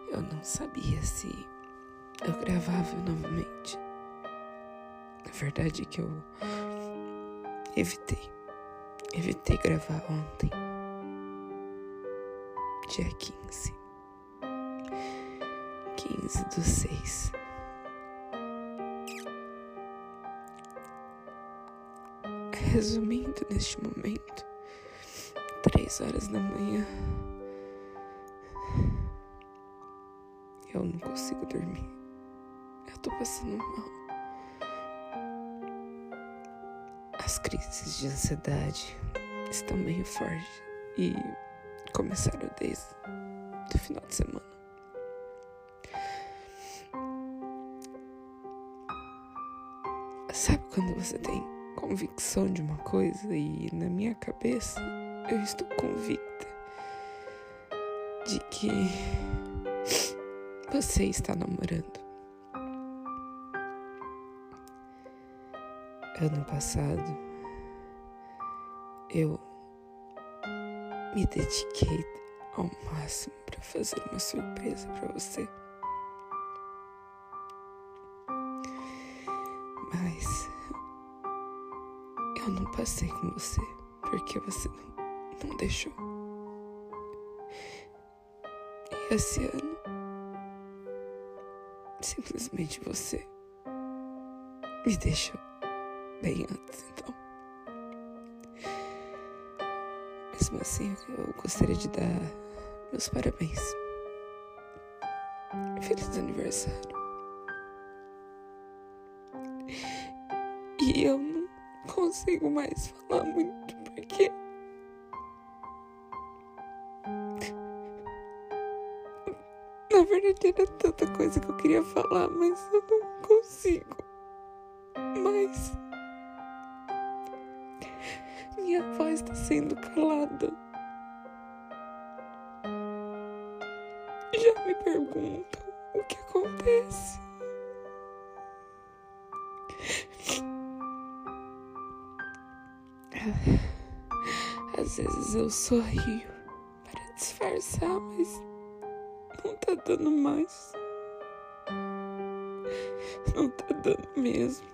Eu não sabia se eu gravava novamente. Na verdade é que eu evitei gravar ontem, dia 15/6. Resumindo, neste momento, 3 horas da manhã, eu não consigo dormir. Eu tô passando mal. As crises de ansiedade estão bem fortes e começaram desde o final de semana. Sabe quando você tem convicção de uma coisa e na minha cabeça eu estou convicta de que você está namorando? Ano passado, eu me dediquei ao máximo para fazer uma surpresa para você. Mas eu não passei com você porque você não deixou. E esse ano, simplesmente você me deixou bem antes, então. Mesmo assim, eu gostaria de dar meus parabéns. Feliz aniversário. E eu não consigo mais falar muito porque na verdade era tanta coisa que eu queria falar, mas eu não consigo mais. Minha voz está sendo calada. Já me perguntam o que acontece. Às vezes eu sorrio para disfarçar, mas não tá dando mais. Não tá dando mesmo.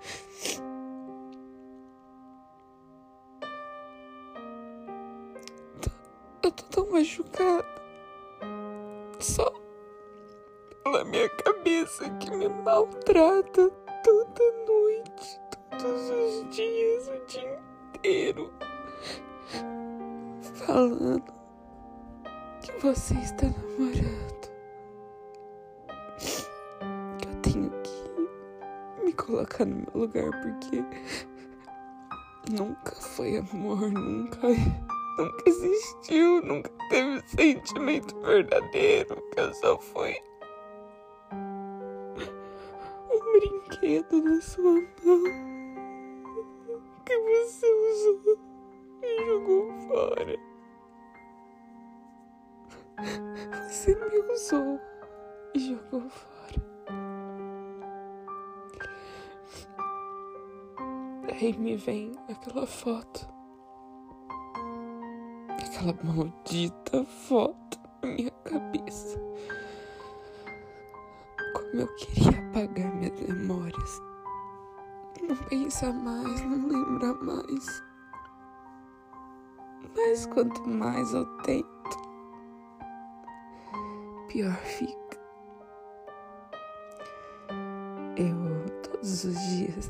Eu tô tão machucada só pela minha cabeça que me maltrata toda noite, todos os dias, o dia inteiro, falando que você está namorando. Que eu tenho que me colocar no meu lugar porque nunca foi amor, nunca existiu, nunca teve sentimento verdadeiro, que eu só fui um brinquedo na sua mão que você usou e jogou fora. Você me usou e jogou fora. Aí me vem aquela foto. Aquela maldita foto na minha cabeça. Como eu queria apagar minhas memórias. Não pensar mais, não lembrar mais. Mas quanto mais eu tento, pior fica. Eu, todos os dias,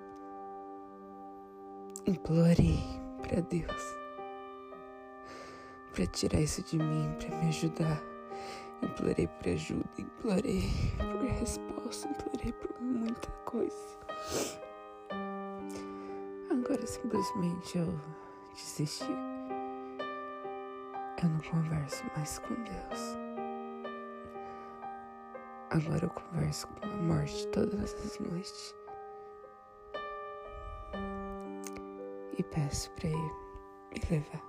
implorei pra Deus pra tirar isso de mim, pra me ajudar. Implorei por ajuda, implorei por resposta, implorei por muita coisa. Agora simplesmente eu desisti. Eu não converso mais com Deus. Agora eu converso com a morte todas as noites. E peço pra Ele me levar.